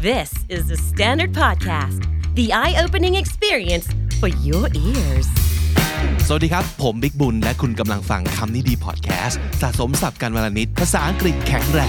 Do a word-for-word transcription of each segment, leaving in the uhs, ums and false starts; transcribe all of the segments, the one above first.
This is the Standard Podcast, the eye-opening experience for your ears. สวัสดีครับผมบิ๊กบุญและคุณกำลังฟังคำนี้ดีพอดแคสต์สะสมศัพท์กันวลนิดภาษาอังกฤษแข็งแรง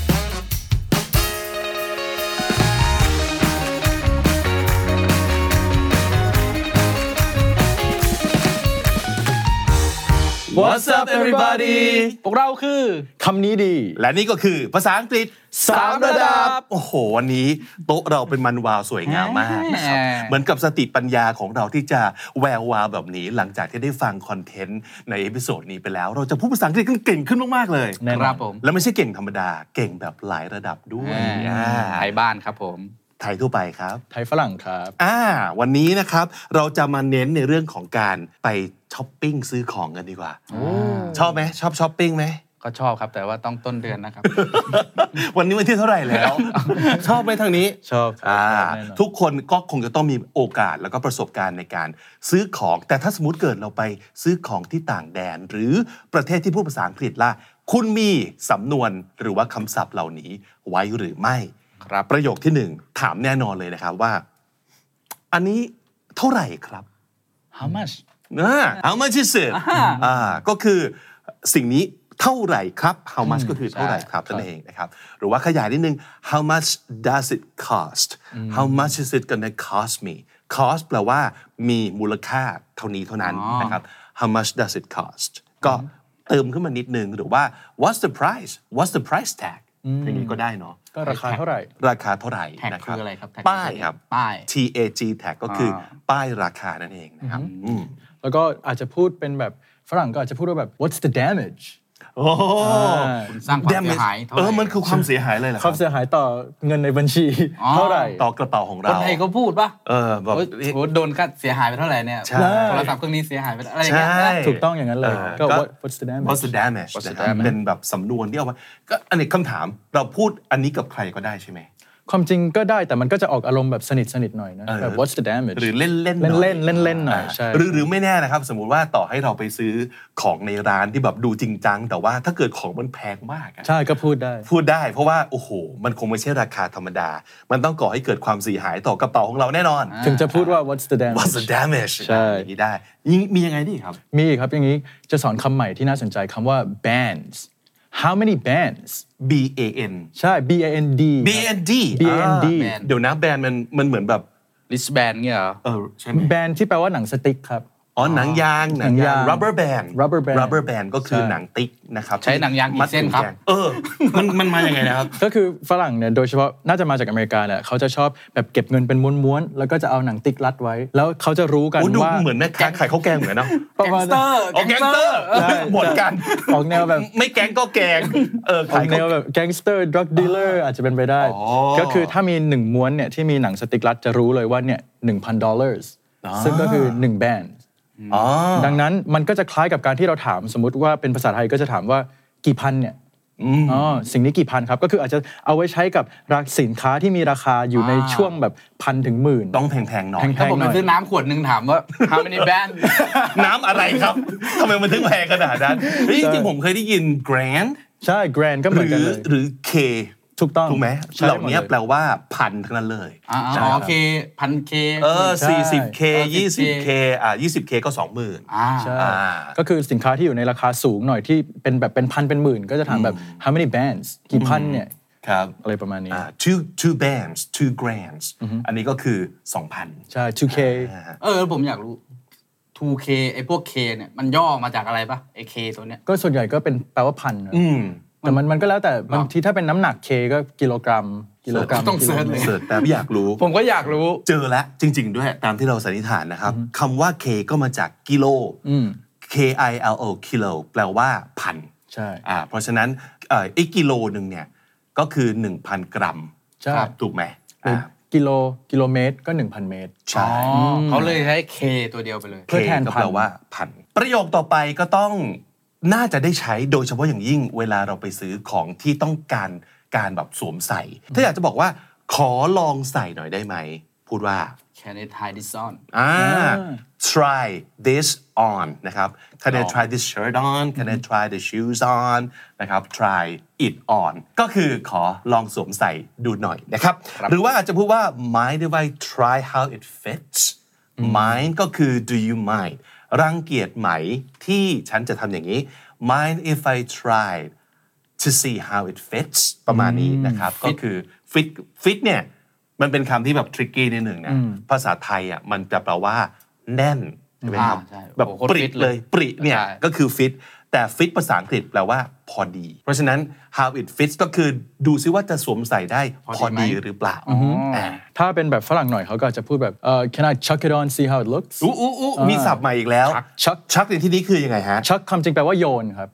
What's up everybody พวกเราคือคำนี้ดีและนี่ก็คือภาษาอังกฤษสามระดับโอ้โหวันนี้โต๊ะเราเป็นมันวาวสวยงามมากนะครับเหมือนกับสติปัญญาของเราที่จะแวววาวแบบนี้หลังจากที่ได้ฟังคอนเทนต์ในเอพิโซดนี้ไปแล้วเราจะพูดภาษาอังกฤษเก่งขึ้นมากๆเลยครับผมแล้วไม่ใช่เก่งธรรมดาเก่งแบบหลายระดับด้วยไทยบ้านครับผมไทยทั่วไปครับไทยฝรั่งครับอ่าวันนี้นะครับเราจะมาเน้นในเรื่องของการไปช้อปปิ้งซื้อของกันดีกว่าชอบไหมชอบช้อปปิ้งไหมก็ชอบครับแต่ว่าต้องต้นเดือนนะครับวันนี้วันที่เท่าไหร่แล้ว ชอบไหมทางนี้ชอบอ่าทุกคนก็คงจะต้องมีโอกาสแล้วก็ประสบการณ์ในการซื้อของแต่ถ้าสมมติเกิดเราไปซื้อของที่ต่างแดนหรือประเทศที่พูดภาษาอังกฤษล่ะคุณมีสำนวนหรือว่าคำศัพท์เหล่านี้ไว้หรือไม่ครับประโยคที่หนึ่งถามแน่นอนเลยนะครับว่าอันนี้เท่าไหร่ครับ How much นะ How much is it อ่าก็คือสิ่งนี้เท่าไหร่ครับ How much ก็คือเท่าไหร่ครับนั่นเองนะครับหรือว่าขยายนิดนึง How much does it cost How much is it gonna cost me cost แปลว่ามีมูลค่าเท่านี้เท่านั้นนะครับ How much does it cost ก็เติมขึ้นมานิดนึงหรือว่า What's the price What's the price tag อย่างนี้ก็ได้เนาะก็ราคาเท่าไหร่ราคาเท่าไหร่นะครับคืออะไรครับป้ายครับป้าย T A G tag ก็คือป้ายราคานั่นเองนะครับแล้วก็อาจจะพูดเป็นแบบฝรั่งก็อาจจะพูดว่าแบบ What's the damage โอ้คุณสร้างความเสียหายเท่าไหร่เออมันคือความเสียหายเลยเหรอความเสียหายต่อเงินในบัญชีเท่าไหร่ต่อกระเป๋าของเราคนไทยก็พูดป่ะเออแบบโหโดนค่าเสียหายไปเท่าไหร่เนี่ยโทรศัพท์เครื่องนี้เสียหายไปอะไรอย่างเงี้ยถูกต้องอย่างนั้นเลยก็ What's the damage What's the damage เป็นแบบสำนวนที่เอาไว้ก็อันนี้คำถามเราพูดอันนี้กับใครก็ได้ใช่ไหมความจริงก็ได้แต่มันก็จะออกอารมณ์แบบสนิทสนิทหน่อยนะแบบ What's the damage หรือเล่นเล่นเล่นเล่นเล่นเล่นหน่อยใช่หรือหรือไม่แน่นะครับสมมุติว่าต่อให้เราไปซื้อของในร้านที่แบบดูจริงจังแต่ว่าถ้าเกิดของมันแพงมากใช่ก็พูดได้พูดได้เพราะว่าโอ้โหมันคงไม่ใช่ราคาธรรมดามันต้องก่อให้เกิดความเสียหายต่อกระเป๋าของเราแน่นอนถึงจะพูดว่า What's the damage What's the damage ใช่อย่างนี้ได้มียังไงดีครับมีครับอย่างนี้จะสอนคำใหม่ที่น่าสนใจคำว่า bands How many bands B A N ใช่ B A N D B A N D B A N D เดี๋ยวนะแบนมันมันเหมือนแบบ wristband เงี้ยเหรอเออใช่ไหมแบนที่แปลว่าหนังสติ๊กครับอ๋อหนังยางหนังยาง rubber band rubber band rubber band ก็คือหนังติ๊กนะครับใช้หนังยางกี่เส้นครับเออมันมันมาอย่างไงนะครับก็คือฝรั่งเนี่ยโดยเฉพาะน่าจะมาจากอเมริกาแหละเขาจะชอบแบบเก็บเงินเป็นม้วนๆแล้วก็จะเอาหนังติ๊กรัดไว้แล้วเขาจะรู้กันว่าเหมือนแม่ค้าขายข้าวแกงเหมือนเนาะแก๊งสเตอร์แก๊งสเตอร์หมดกันออกแนวแบบไม่แก๊งก็แกงเออออกแนวแบบแก๊งสเตอร์ดรักดีลเลอร์อาจจะเป็นไปได้ก็คือถ้ามีหนึ่งม้วนเนี่ยที่มีหนังสติ๊กรัดจะรู้เลยว่าเนี่ย หนึ่งพัน ดอลลาร์ซึ่งก็คือหนึ่งแบนด์ดังนั้นมันก็จะคล้ายกับการที่เราถามสมมุติว่าเป็นภาษาไทยก็จะถามว่ากี่พันเนี่ยอ๋อสิ่งนี้กี่พันครับก็คืออาจจะเอาไว้ใช้กับราคาสินค้าที่มีราคาอยู่ในช่วงแบบพันถึงหมื่นต้องแพงๆหน่อยถ้าผมไปซื้อน้ำขวดนึงถามว่า how many band น้ำอะไรครับทำไมมันถึงแพงขนาดนั้นจริงๆผมเคยได้ยิน grand ใช่ grand ก็เหมือนกันเลยหรือ K ถูกต้องถูกไหมเหล่านี้แปลว่าพันทั้งนั้นเลยอ๋อโอเคพันเคเออ สี่สิบเค ยี่สิบเค อ่า ยี่สิบเค ก็ สองหมื่นอ่าใช่ก็คือสินค้าที่อยู่ในราคาสูงหน่อยที่เป็นแบบเป็นพันเป็นหมื่นก็จะถามแบบ how many bands กี่พันเนี่ยครับอะไรประมาณนี้อ่า two two bands two grands อันนี้ก็คือ สองพันใช่ ทู เค เออผมอยากรู้ ทู เค ไอ้พวก K เนี่ยมันย่อมาจากอะไรป่ะไอ้ K ตัวเนี้ยก็ส่วนใหญ่ก็เป็นแปลว่าพันอืมแต่มันมันก็แล้วแต่บางทีถ้าเป็นน้ำหนัก K ก็กิโลกรัมกิโลกรัมต้องเสิร์ชเลยเสิร์ชแต่อยากรู้ผมก็อยากรู้เจอแล้วจริงๆด้วยตามที่เราสันนิษฐานนะครับคำว่า K ก็มาจากกิโล K I L O กิโลแปลว่าพันใช่อ่าเพราะฉะนั้นเอ่อไอ้กิโลนึงเนี่ยก็คือ หนึ่งพัน กรัมครับถูกไหมอ่ากิโลกิโลเมตรก็ หนึ่งพัน เมตรใช่เขาเลยใช้ K ตัวเดียวไปเลย K ก็แปลว่าพันประโยคต่อไปก็ต้องน่าจะได้ใช้โดยเฉพาะอย่างยิ่งเวลาเราไปซื้อของที่ต้องการการแบบสวมใส่ถ้าอยากจะบอกว่าขอลองใส่หน่อยได้ไหมพูดว่า Can I try this on อ่า try this on นะครับ Can I try this shirt on Can I try the shoes on นะครับ try it on ก็คือขอลองสวมใส่ดูหน่อยนะครับหรือว่าอาจจะพูดว่า mind if I try how it fits mind ก็คือ do you mind รังเกียจไหมที่ฉันจะทำอย่างนี้ mind if I try to see how it fits ประมาณนี้นะครับก็คือ fit fit เนี่ยมันเป็นคำที่แบบ tricky นิดหนึ่งนะภาษาไทยอ่ะมันจะแปลว่าแน่นใช่ไหมครับแบบปริเลยปริเนี่ยก็คือ fit แต่ fit ภาษาอังกฤษแปลว่าพอดีเพราะฉะนั้น how it fits ก็คือดูซิว่าจะสวมใส่ได้พอดีหรือเปล่าถ้าเป็นแบบฝรั่งหน่อยเขาก็จะพูดแบบ can I chuck it on see how it looks อู้อู้อู้มีศัพท์ใหม่อีกแล้ว chuck chuck ในที่นี้คือยังไงฮะ chuck คำจริงแปลว่าโยนครับ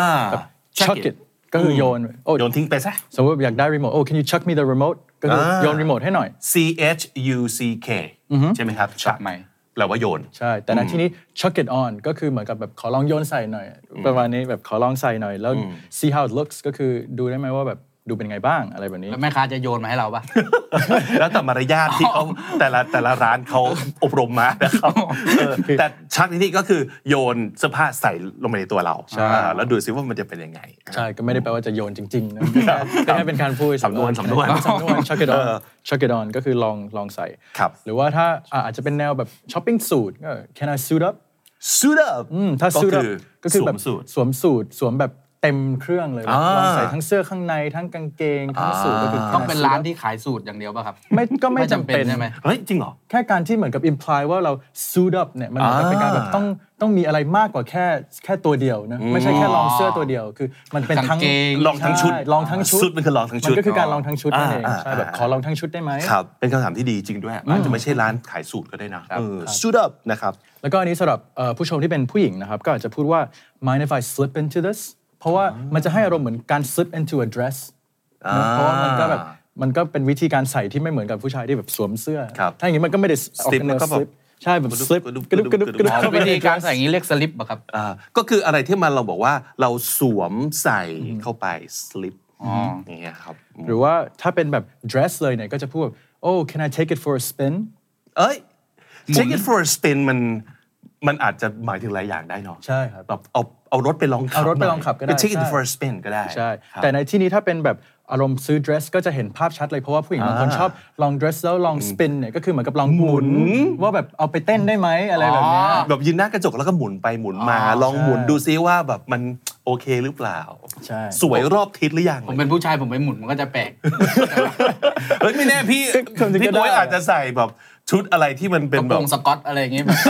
chuck it ก็คือโยนโยนทิ้งไปซะสมมติอยากได้รีโมท oh can you chuck me the remote ก็คือโยนรีโมทให้หน่อย C H U C K ใช่ไหมครับ chuck ใหม่แปลว่าโยนใช่แต่ในที่นี้ chuck it on ก็คือเหมือนกับแบบขอลองโยนใส่หน่อยประมาณนี้แบบขอลองใส่หน่อยแล้ว see how it looks ก็คือดูได้ไหมว่าแบบดูเป็นไงบ้างอะไรแบบนี้แม่ค้าจะโยนมาให้เราปะแล้วแต่มารยาทที่เขาแต่ละแต่ละร้านเขาอบรมมานะครับแต่ชักนี่ก็คือโยนเสื้อผ้าใส่ลงไปในตัวเราแล้วดูซิว่ามันจะเป็นยังไงใช่ก็ไม่ได้แปลว่าจะโยนจริงๆนะแค่เป็นการพูดสำนวนสำนวนสำนวน chuck it on chuck it on ก็คือลองลองใส่หรือว่าถ้าอาจจะเป็นแนวแบบ shopping suit ก็ can I suit up suit up ถ้า suit up ก็คือแบบสวมสูทสวมแบบเต็มเครื่องเลยลองใส่ทั้งเสื้อข้างในทั้งกางเกงทั้งสูทก็คือต้องเป็นร้านที่ขายสูทอย่างเดียวป่ะครับไม่ก็ไม่จำเป็นใช่ไหมเฮ้ยจริงเหรอแค่การที่เหมือนกับ imply ว่าเรา suit up เนี่ยมันเหมือนกับเป็นการแบบต้องต้องมีอะไรมากกว่าแค่แค่ตัวเดียวนะไม่ใช่แค่ลองเสื้อตัวเดียวคือมันเป็นทั้งลองทั้งชุดลองทั้งชุดมันคือลองทั้งชุดมันก็คือการลองทั้งชุดนั่นเองใช่แบบขอลองทั้งชุดได้ไหมครับเป็นคำถามที่ดีจริงด้วยอาจจะไม่ใช่ร้านขายสูทก็ได้นะ suit up นะครับแล้วก็อันนี้สำหรับผู้ชมที่เป็นผู้หญิงนะครับก็อาจจะพูดว่า mind if I slip into thisเพราะว่ามันจะให้อารมณ์เหมือนการ slip into a dress เพราะว่ามันก็แบบมันก็เป็นวิธีการใส่ที่ไม่เหมือนกับผู้ชายที่แบบสวมเสื้อถ้าอย่างนี้มันก็ไม่ได้ slip มันก็แบบใช่แบบ slip กระดุบกระดุบกระดุบวิธีการใส่อย่างนี้เรียก slip ป่ะครับก็คืออะไรที่มันเราบอกว่าเราสวมใส่เข้าไป slip อย่างเงี้ยครับหรือว่าถ้าเป็นแบบ dress เลยเนี่ยก็จะพูด oh can I take it for a spin เอ้ย take it for a spin มันมันอาจจะหมายถึงหลายอย่างได้เนาะใช่ครับแบบเอาเอารถไปลองขับเอารถไปลองขับก็ได้ take it for a spin ก็ได้ใช่แต่ในที่นี้ถ้าเป็นแบบอารมณ์ซื้อ dress ก็จะเห็นภาพชัดเลยเพราะว่าผู้หญิงบางคนชอบลอง dress แล้วลอง spin เนี่ยก็คือเหมือนกับลองหมุนว่าแบบเอาไปเต้นได้ไหมอะไรแบบนี้แบบยืนหน้ากระจกแล้วก็หมุนไปหมุนมาลองหมุนดูซิว่าแบบมันโอเคหรือเปล่าใช่สวยรอบทิศหรือยังผมเป็นผู้ชายผมไปหมุนมันก็จะแปลกเฮ้ยไม่แน่พี่พี่บ๊วยอาจจะใส่แบบชุดอะไรที่มันเป็นแบบสกอตอะไรอย่างเงี้ยแบบ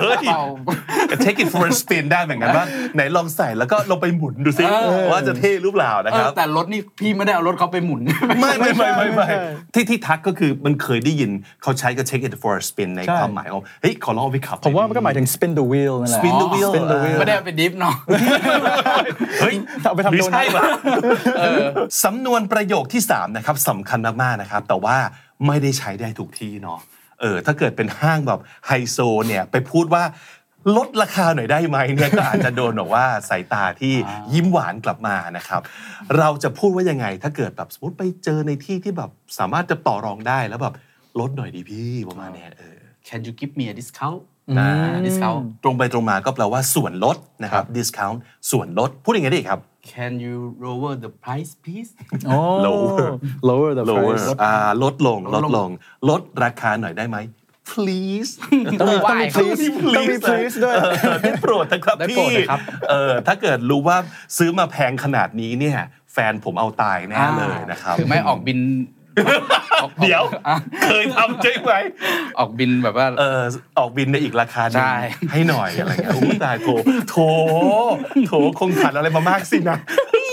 take it for a spin ได้เหมือนกันว่าไหนลองใส่แล้วก็ลงไปหมุนดูซิว่าจะเท่หรือเปล่านะครับแต่รถนี่พี่ไม่ได้เอารถเขาไปหมุนไม่ไม่ไม่ไม่ไม่ที่ที่ทักก็คือมันเคยได้ยินเขาใช้ก็ take it for a spin ในความหมายของเฮ้ยขอลองไปขับผมว่ามันก็หมายถึง spin the wheel นั่นแหละ spin the wheel ไม่ได้ไปดิฟเนาะเฮ้ยเอาไปทำโดนัทสำนวนประโยคที่สามนะครับสำคัญมากๆนะครับแต่ว่าไม่ได้ใช้ได้ทุกที่เนาะเออถ้าเกิดเป็นห้างแบบไฮโซเนี่ยไปพูดว่าลดราคาหน่อยได้ไหมเนี่ยก็อาจจะโดนบอกว่าสายตาที่ยิ้มหวานกลับมานะครับเราจะพูดว่ายังไงถ้าเกิดแบบสมมติไปเจอในที่ที่แบบสามารถจะต่อรองได้แล้วแบบลดหน่อยดีพี่ประมาณนี้เออ Can you give me a discount นะ discount ตรงไปตรงมาก็แปลว่าส่วนลดนะครับ discount ส่วนลดพูดยังไงได้ครับ Can you lower the price please lower lower the price อ่าลดลงลดลงลดราคาหน่อยได้ไหม please ต้องมี please ต้องมี please ด้วยได้โปรดนะครับพี่เออถ้าเกิดรู้ว่าซื้อมาแพงขนาดนี้เนี่ยแฟนผมเอาตายแน่เลยนะครับถึงไม่ออกบินเดี๋ยวเคยทำใช่ไหมออกบินแบบว่าเออออกบินในอีกราคาหนึ่งให้หน่อยอะไรเงี้ยอุ้ยตายโถโถโถคงขัดอะไรมามากสินะ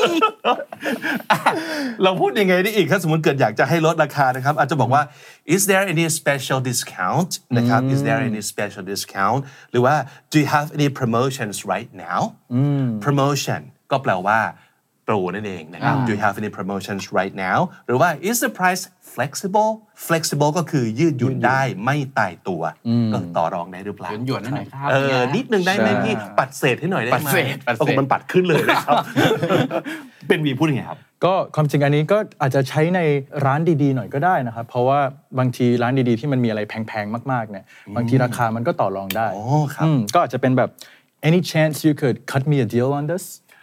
เราพูดยังไงได้อีกถ้าสมมติเกิดอยากจะให้ลดราคานะครับอาจจะบอกว่า is there any special discount นะครับ is there any special discount หรือว่า do you have any promotions right now promotion ก็แปลว่า Pro นั่นเองนะครับ Do you have any promotions right now หรือว่า is the price flexible flexible ก็คือยืดหยุ่นได้ไม่ตายตัวก็ต่อรองได้หรือเปล่าหยวนๆนั่นหน่อยครับเออนิดนึงได้ไหมพี่ปัดเศษให้หน่อยได้ไหมปัดเศษปัดเศษปรากฏมันปัดขึ้นเลยนะครับ เป็นวีพูดยังไงครับก็ความจริงอันนี้ก็อาจจะใช้ในร้านดีๆหน่อยก็ได้นะครับเพราะว่าบางทีร้านดีๆที่มันมีอะไรแพงๆมากๆเนี่ยบางทีราคามันก็ต่อรองได้อ๋อครับอืมก็อาจจะเป็นแบบ any chance you could cut me a deal on this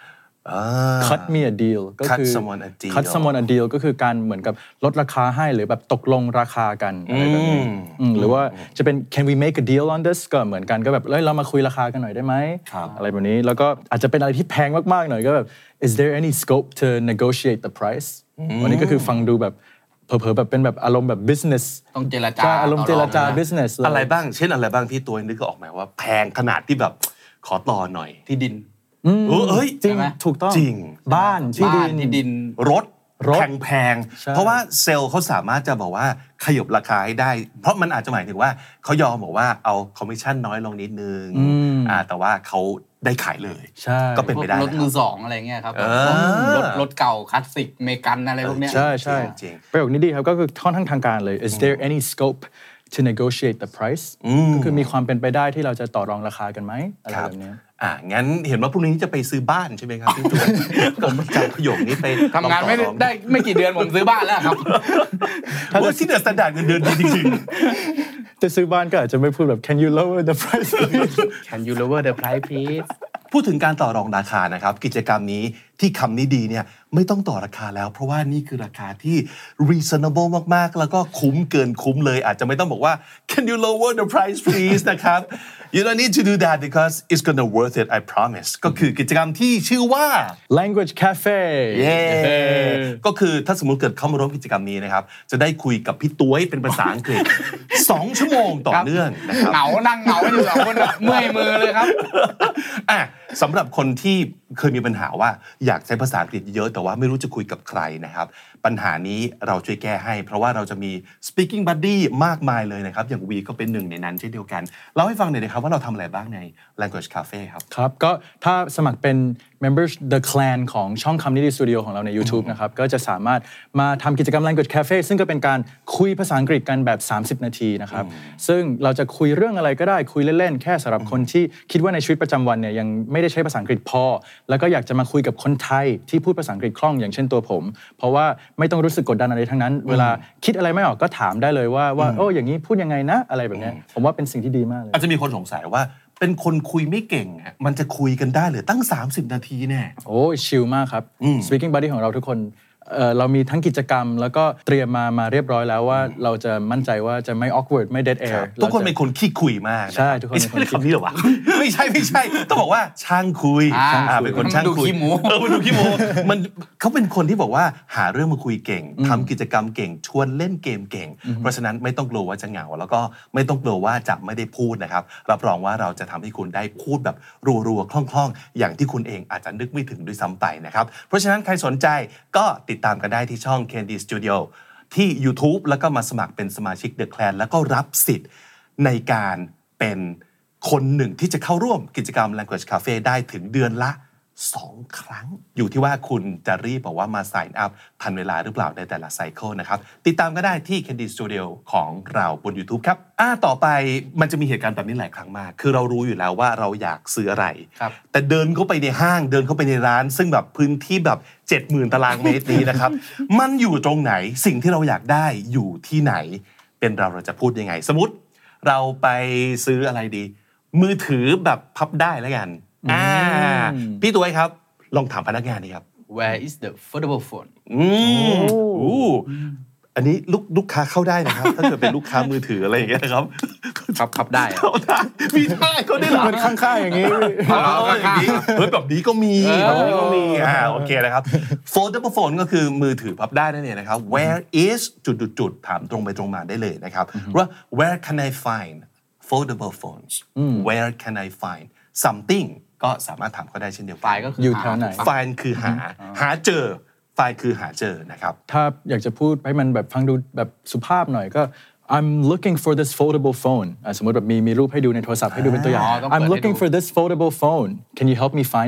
cut me a deal ก็คือ cut someone a deal cut someone a deal ก็คือการเหมือนกับลดราคาให้หรือแบบตกลงราคากันอะไรแบบนี้อืมหรือว่าจะเป็น can we make a deal on this ก็เหมือนกันก็แบบเอ้ยเรามาคุยราคากันหน่อยได้ไหมอะไรแบบนี้แล้วก็อาจจะเป็นอะไรที่แพงมากๆหน่อยก็แบบ is there any scope to negotiate the price วันนี้ก็คือฟังดูแบบเผลอๆแบบเป็นแบบอารมณ์แบบ business ต้องเจรจาใช่อารมณ์เจรจาต่อรองนะ business เลยอะไรบ้างเช่นอะไรบ้างพี่ตัวนึกก็ออกไหมว่าแพงขนาดที่แบบขอต่อหน่อยที่ดินเออเอ้ยจริงใช่ไหมถูกต้องจริงบ้านที่ดิบ้านนที่ดินรถรถแพงใช่ๆเพราะว่าเซลล์เขาสามารถจะบอกว่าขยับราคาให้ได้ เพราะมันอาจจะหมายถึงว่าเขายอมบอกว่าเอาคอมมิชชั่นน้อยลงนิดนึงอ่าแต่ว่าเขาได้ขายเลยใช่ก็เป็นไปได้รถนะคมืรัอบ สองอะไรเงี้ยครับเออรถรถเก่าคลาสสิกเมกันอะไรพวกเนี้ยใช่ใช่จริงประโยคนี้ดีครับก็คือค่อนข้างทางการเลย is there any scope to negotiate the price ก็คือมีความเป็นไปได้ที่เราจะต่อรองราคากันไหมอะไรครับแบบนี้อ่างั้นเห็นว่าพรุ่งนี้จะไปซื้อบ้านใช่ไหมครับพี่ตัว ผมจำประโยคนี้ไปทำงานไม่ได้ลอต่อรองได้ไม่กี่เดือนผมซื้อบ้านแล้วครับโอ้ยที่เดือดสแตนดาร์ดเงินเดือนดีจริงจะซื้อบ้านก็อาจจะไม่พูดแบบ can you lower the price Can you lower the price please ๆ พูดถึงการต่อรองราคานะครับกิจกรรมนี้ที่คำนี้ดีเนี่ยไม่ต้องต่อราคาแล้ว เพราะว่านี่คือราคาที่ reasonable มากๆ แล้วก็คุ้มเกินคุ้มเลย อาจจะไม่ต้องบอกว่า can you lower the price please นะครับ you don't need to do that because it's gonna worth it I promise ก็คือกิจกรรมที่ชื่อว่า language cafe เย้ก็คือถ้าสมมุติเกิดเข้ามาร่วมกิจกรรมนี้นะครับจะได้คุยกับพี่ต้วยเป็นภาษาอังกฤษ สองชั่วโมงต่อเนื่องนะครับเหงานั่งเหงาอยู่สองคนอะเมื่อยมือเลยครับอ่ะสำหรับคนที่เคยมีปัญหาว่าอยากใช้ภาษาอังกฤษเยอะแต่ว่าไม่รู้จะคุยกับใครนะครับปัญหานี้เราช่วยแก้ให้ เพราะว่าเราจะมี speaking buddy มากมายเลยนะครับอย่างวีก็เป็นหนึ่งในนั้นเช่นเดียวกันเล่าให้ฟังหน่อยนะครับว่าเราทำอะไรบ้างใน language cafe ครับครับก็ถ้าสมัครเป็น members the clan ของช่องคำนี้ดีสตูดิโอของเราใน YouTube นะครับก็จะสามารถมาทำกิจกรรม language cafe ซึ่งก็เป็นการคุยภาษาอังกฤษกันแบบ สามสิบ นาทีนะครับซึ่งเราจะคุยเรื่องอะไรก็ได้คุยเล่นๆแค่สำหรับคนที่คิดว่าในชีวิตประจำวันเนี่ยยังไม่ได้ใช้ภาษาอังกฤษพอแล้วก็อยากจะมาคุยกับคนไทยที่พูดภาษาอังกฤษคล่องอย่างเช่นตัวผมเพราะว่าไม่ต้องรู้สึกกดดันอะไรทั้งนั้นเวลาคิดอะไรไม่ออกก็ถามได้เลยว่าว่าโอ้อย่างนี้พูดยังไงนะอะไรแบบนี้ผมว่าเป็นสิ่งที่ดีมากเลยอาจจะมีคนสงสัยว่าเป็นคนคุยไม่เก่งอะมันจะคุยกันได้หรือตั้งสามสิบนาทีแน่โอ้ยชิลมากครับ Speaking Buddy ของเราทุกคนเอ่อเรามีทั้งกิจกรรมแล้วก็เตรียมมามาเรียบร้อยแล้วว่าเราจะมั่นใจว่าจะไม่ awkward ไม่ dead air ทุกคนเป็นคนขี้คุยมากใช่ทุกคนเป็นคนไม่ใช่คำนี้เหรอวะ ไม่ใช่ไม่ใช่ต้องบอกว่าช่างคุยอ่าอ่าเป็นคนช่างคุยมันดูขี้หมูเออมันดูขี้หมูมันเขาเป็นคนที่บอกว่าหาเรื่องมาคุยเก่งทำกิจกรรมเก่งชวนเล่นเกมเก่ง เพราะฉะนั้นไม่ต้องกลัวว่าจะเหงาแล้วก็ไม่ต้องกลัวว่าจะไม่ได้พูดนะครับรับรองว่าเราจะทำให้คุณได้พูดแบบรัวๆคล่องๆอย่างที่คุณเองอาจจะนึกไม่ถึงด้วยซ้ำไปนะครับเพราะฉะนั้นใครสนใจก็ติดตามกันได้ที่ช่อง Candy Studio ที่ YouTube แล้วก็มาสมัครเป็นสมาชิก The Clan แล้วก็รับสิทธิ์ในการเป็นคนหนึ่งที่จะเข้าร่วมกิจกรรม Language Cafe ได้ถึงเดือนละสองครั้งอยู่ที่ว่าคุณจะรีบบอกว่ามา sign up ทันเวลาหรือเปล่าในแต่ละไซเคิลนะครับติดตามก็ได้ที่ Candy Studio ของเราบน YouTube ครับอ่าต่อไปมันจะมีเหตุการณ์แบบนี้หลายครั้งมากคือเรารู้อยู่แล้วว่าเราอยากซื้ออะไรครับแต่เดินเข้าไปในห้างเดินเข้าไปในร้าน ซึ่งแบบพื้นที่แบบ เจ็ดหมื่น ตารางเมตรนี้นะครับ มันอยู่ตรงไหนสิ่งที่เราอยากได้อยู่ที่ไหนเป็นเราเราจะพูดยังไง สมมติเราไปซื้ออะไรดี มือถือแบบพับได้แล้วกันอ่าพี่ตัวไอ้ครับลองถามพนักงานดีครับ Where is the foldable phone อืมอู้อันนี้ลูกลูกค้าเข้าได้นะครับ ถ้าเกิดเป็นลูกค้ามือถืออะไรอย่างเงี้ยนะครับครับครับได้อะเข้าได้มีได้เขาได้หรอมันข้างๆอย่างนี้อ๋ออย่างนี้เฮ้ยแบบนี้ก็มีแบบนี้ก็มีอ่าโอเคนะครับ foldable phone ก็คือมือถือพับได้นั่นเองนะครับ where is จุดๆๆถามตรงไปตรงมาได้เลยนะครับว่า where can I find foldable phones where can I find something ก็สามารถถามเขาได้เช่นเดียวกัไฟล์ก็คืออยู่หาแถวไหน find คือหาหาเจอ find คือหาเจอนะครับถ้าอยากจะพูดให้มันแบบฟังดูแบบสุภาพหน่อยก็ I'm looking for this foldable phone อ่ะสมมติแบบมีมีรูปให้ดูในโทรศัพท์ให้ดูเป็นตัวอย่างอ๋อต้องเปิด I'm ให้ดู looking for this foldable phone Can you help me find it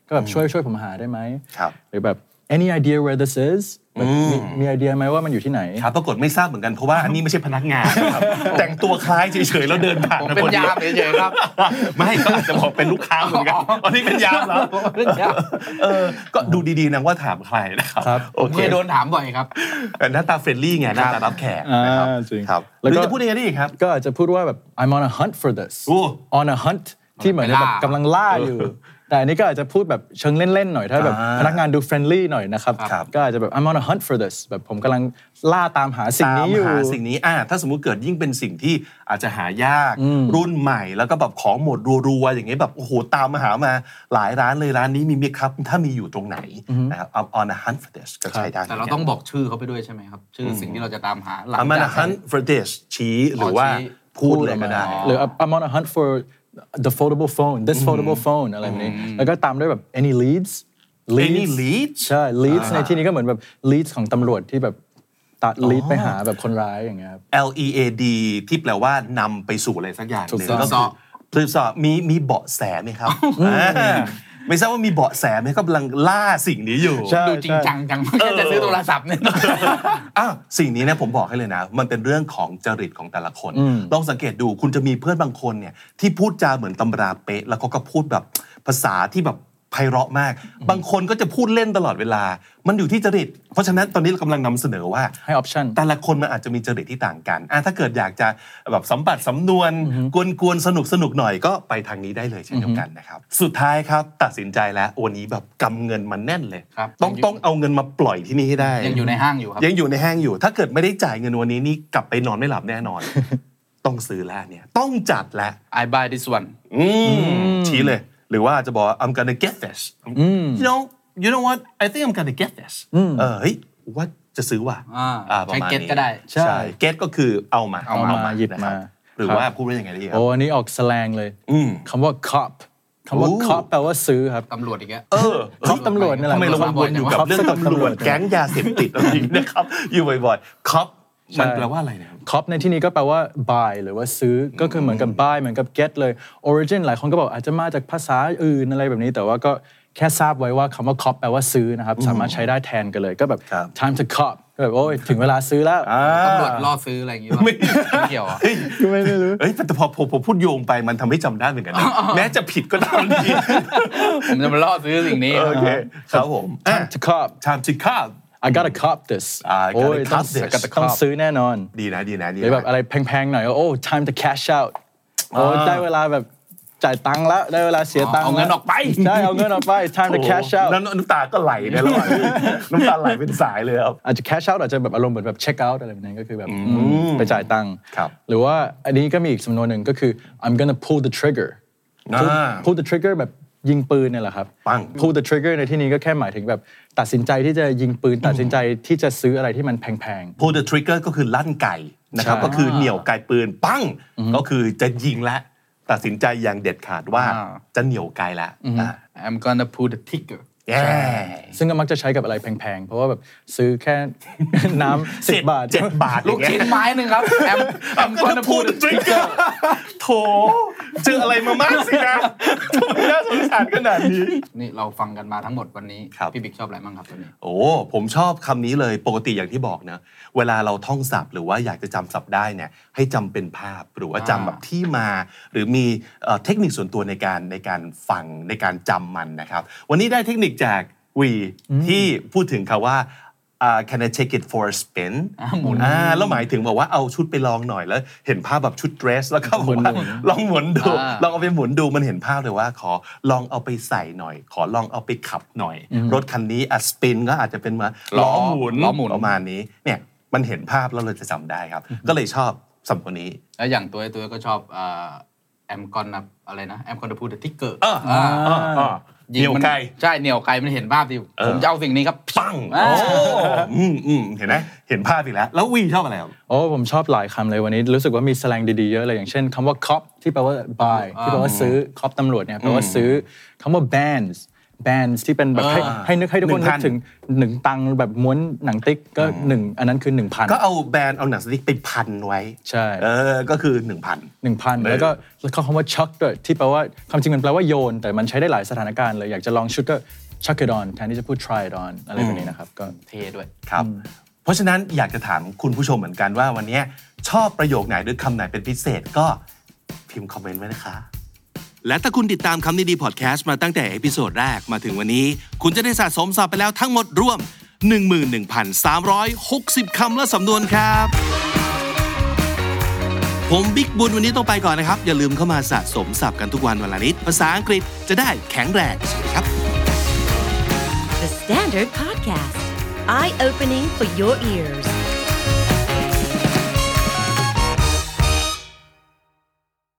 ก็แบบช่วยช่วยผมหาได้ไหมครับหรือแบบ any idea where this is แบบมีมีไอเดียไหมว่ามันอยู่ที่ไหนครับปรากฏไม่ทราบเหมือนกันเพราะว่าอันนี้ไม่ใช่พนักงานครับ แต่งตัวคล้ายเฉยๆแล้วเดินผ่านผมเป็นยามเฉยๆครับไม่ก็อาจจะบอกเป็นลูกค้าเหมือนกันอันนี้เป็นยามแล้วเป็นยามเออก็ดูดีๆนะว่าถามใครนะครับครับโอผมเคเคยโดนถามบ่อยครับแต่หน้าตาเฟรนลี่ไงหน้าตารับแขกนะครับอ่าจริงครับแล้วหรือก็จะพูดยังไงได้อีกครับก็อาจจะพูดว่าแบบ I'm on a hunt for this โอ้ on a hunt ที่เหมือนไปแบล่าบกำลังล่าอยู่ แต่อันนี้ก็อาจจะพูดแบบเชิงเล่นๆหน่อยถ้าแบบอ่าพนักงานดู friendly หน่อยนะครับครับก็อาจจะแบบ I'm on a hunt for this แบบผมกำลังล่าตามหาสิ่งตามนี้อยู่หาสิ่งนี้อ่าถ้าสมมุติเกิดยิ่งเป็นสิ่งที่อาจจะหายากรุ่นใหม่แล้วก็แบบของหมดรัวๆอย่างเงี้ยแบบโอ้โหตามมาหามาหลายร้านเลยร้านนี้มีไหมครับถ้ามีอยู่ตรงไหนนะครับ I'm on a hunt for this ก็ใช้ได้แต่เราต้องบอกชื่อเขาไปด้วยใช่ไหมครับ ชื่อสิ่งที่เราจะตามหาหลัง I'm on จา a ก hunt for this ชี้หรือว่าชี้พูดเลยก็ได้หรือ I'm on a hunt for the foldable phone this foldable phone อะไรแบบนี้แล้วก็ตามด้วยแบบ any leads Any leads ใช่ leads ในที่นี้ก็เหมือนแบบ leads ของตำรวจที่แบบตัด lead ไปหาแบบคนร้ายอย่างเงี้ยครับ L E A D ที่แปลว่านำไปสู่อะไรสักอย่างหถูกนึ่งต้องก็คือสืบเสอบมีมีเบาะแสไหมครับอ่าไม่ทราบว่ามีเบาะแสไหมก็กำลังล่าสิ่งนี้อยู่ใช่ดูจริงจังจังแค่จะซื้อโทรศัพท์เนี่ยอ้าวสิ่งนี้เนี่ยผมบอกให้เลยนะ มันเป็นเรื่องของจริตของแต่ละคน ลองสังเกตดูคุณจะมีเพื่อนบางคนเนี่ยที่พูดจาเหมือนตำราเป๊ะ แล้วเขาก็พูดแบบภาษาที่แบบไพเราะมาก บางคนก็จะพูดเล่นตลอดเวลา มันอยู่ที่จริต เพราะฉะนั้นตอนนี้เรากำลังนำเสนอว่าให้ option แต่ละคนมันอาจจะมีจริตที่ต่างกันอ่ะถ้าเกิดอยากจะแบบสัมผัสสำนวนกวนๆสนุกสนุกๆหน่อยก็ไปทางนี้ได้เลยเช่นเดียวกันนะครับสุดท้ายครับตัดสินใจแล้ววันนี้แบบกำเงินมันแน่นเลยครับต้องต้องเอาเงินมาปล่อยที่นี่ให้ได้ยังอยู่ในห้างอยู่ครับยังอยู่ในห้างอยู่ ถ้าเกิดไม่ได้จ่ายเงินวันนี้นี่กลับไปนอนไม่หลับแน่นอน ต้องซื้อแล้วเนี่ยต้องจัดแล้ว I buy this one อืมชี้เลย หรือว่าจะบอกว่า I'm gonna get this you know you know what I think I'm gonna get this เออเฮ้ยว่าจะซื้อว่ะอ่าอ่าประมาณใช้ get นี้ก็ได้ใช่ get ก็คือเอามาเอามาหยิบมานะครับหรือว่าพูดว่ายังไงดีครัโอ้บอันนี้ออกแสลงเลยอืมคำว่า cop คำว่าโอ้ cop แปลว่าซื้อครับตำรวจอีกแล้วเออ cop ตำรวจนี่แหละทำไมเราวนๆอยู่กับเรื่องตำรวจแก๊งยาเสพติดอะไรอย่างนี้นะครับ อยู่บ่อยๆ cop มันแปลว่าอะไรนะครับ cop ในที่นี้ก็แปลว่า buy หรือว่าซื้อก็คือเหมือนกับ buy เหมือนกับ get เลย origin หลายคนก็บอกอาจจะมาจากภาษาอื่นอะไรแบบนี้ แต่ว่าก็แค่ทราบไว้ว่าคำว่า cop แปลว่าซื้อนะครับสามารถใช้ได้แทนกันเลยก็แบบครับ time to cop ก็แบบโอ้ยถึงเวลาซื้อแล้วตำรวจล่อซื้ออะไรอย่างงี้วะไม่ไม่เกี่ยวอ่ะเฮ้ยก็ไม่รู้เอ้ยแต่พอผมผมพูดโยงไปมันทำให้จำได้เหมือนกันนะแม้จะผิดก็ตามทีผมจะมาล่อซื้อสิ่งนี้โอเคครับผมอ่ะ time to cop time to cop I gotta cop this I gotta โอ้ยต้อง cop this ต้องซื้อแน่นอนดีนะดีนะดีหรือแบบนะอะไรแพงๆหน่อยก็โอ้ time to cash out โอ้อ่าได้เวลาแบบจ่ายตังค์แล้วได้เวลาเสียตังค์เอาเงินออกไปใช่เอาเงินออกไป time to โอ้ cash out น้ำน้ำตาก็ไหลในระหว่างนี้น้ำตาไหลเป็นสายเลยครับอาจจะ cash out อาจจะแบบอารมณ์เหมือนแบบ check out อะไรแบบนั้นก็คือแบบไปจ่ายตังค์ครับหรือว่าอันนี้ก็มีอีกสำนวนหนึ่งก็คือ I'm gonna pull the trigger อ่า pull, pull the trigger แบบยิงปืนเนี่ยแหละครับปัง pull the trigger ในที่นี้ก็แค่หมายถึงแบบตัดสินใจที่จะยิงปืนตัดสินใจที่จะซื้ออะไรที่มันแพง pull the trigger ก็คือลั่นไก่นะครับใช่ก็คือเหนี่ยวไกปืนปั้งก็คือจะยิงและตัดสินใจอย่างเด็ดขาดว่าอ่าจะเหนี่ยวไกแล้วอ่ะ I'm gonna pull the trigger แย่ๆ ซึ่งก็มักจะใช้กับอะไรแพงๆ เพราะว่าแบบซื้อแค่ น้ำสิบบาทเจ็ดบาทลูกชิ้นไม้หนึ่งครับ I'm I'm ก็ gonna พู pull ด the ทริกเกอ trigger ร์โถเจออะไรมามากสินะทำไมน่าสงสารขนาดนี้นี่เราฟังกันมาทั้งหมดวันนี้ครับพี่บิ๊กชอบอะไรบ้างครับตัวนี้โอ้ผมชอบคำนี้เลยปกติอย่างที่บอกนะเวลาเราท่องศัพท์หรือว่าอยากจะจำศัพท์ได้เนี่ยให้จำเป็นภาพหรือว่าจำแบบที่มา หรือมีเอ่อเทคนิคส่วนตัวในการในการฟังในการจำมันนะครับ วันนี้ได้เทคนิคจากวีที่พูดถึงคำว่าอ่า can I take it for a spin อ่าหมุนอ่าแล้วหมายถึงบอกว่าเอาชุดไปลองหน่อยแล้วเห็นภาพแบบชุดเดรสแล้วก็บอกว่าลองหมุนดูอ่าลองเอาไปหมุนดูมันเห็นภาพเลยว่าขอลองเอาไปใส่หน่อย ขอลองเอาไปขับหน่อย รถคันนี้อ่ะสปินก็อาจจะเป็นมาล้อหมุนล้อหมุนประมาณนี้เนี่ยมันเห็นภาพแล้วเราจะจำได้ครับ ก็เลยชอบสำนวนนี้แล้วอย่างตัวตัวก็ชอบอ่า I'm gonna อะไรนะ I'm gonna pull the trigger เอออ่าอ่าอ่าเหนียวไกลใช่เหนียวไกลมันเห็นภาพดิผมจะเอาสิ่งนี้ครับปังอ่าโอ้อืมอืมเห็นไหมเห็นภาพอีกแล้ว แล้ววีชอบอะไรครับโอ้ผมชอบหลายคำเลยวันนี้รู้สึกว่ามีแสลงดีๆเยอะเลยอย่างเช่นคำว่า cop ที่แปลว่า buy ที่แปลว่าซื้อ cop ตำรวจเนี่ยแปลว่าซื้อคำว่า bands bands ที่เป็นแบบให้ให้นึกให้ทุกคนนึกถึงหนึ่งตังแบบม้วนหนังติ๊กก็หนึ่งอันนั้นคือ หนึ่งพันก็เอาแบรนด์เอาหนังสติ๊กไปพันไว้ใช่เออก็คือ หนึ่งพันหนึ่งพัน แล้วก็เขาคำว่า chuck ด้วยที่แปลว่าความจริงมันแปลว่าโยนแต่มันใช้ได้หลายสถานการณ์เลยอยากจะลองชุดก็ chuck it on แทนที่จะพูด try it on อะไรแบบนี้นะครับก็เท่ด้วยครับเพราะฉะนั้นอยากจะถามคุณผู้ชมเหมือนกันว่าวันนี้ชอบประโยคไหนหรือคำไหนเป็นพิเศษก็พิมพ์คอมเมนต์ไว้นะคะและถ้าคุณติดตามคำนี้ดีพอดแคสต์มาตั้งแต่เอพิโซดแรกมาถึงวันนี้คุณจะได้สะสมศัพท์ไปแล้วทั้งหมดรวม หนึ่งหมื่นหนึ่งพันสามร้อยหกสิบ คำและสำนวนครับผมบิ๊กบุญวันนี้ต้องไปก่อนนะครับอย่าลืมเข้ามาสะสมศัพท์กันทุกวันวันละนิดภาษาอังกฤษจะได้แข็งแรงสวัสดีครับ The Standard Podcast Eye Opening for Your Ears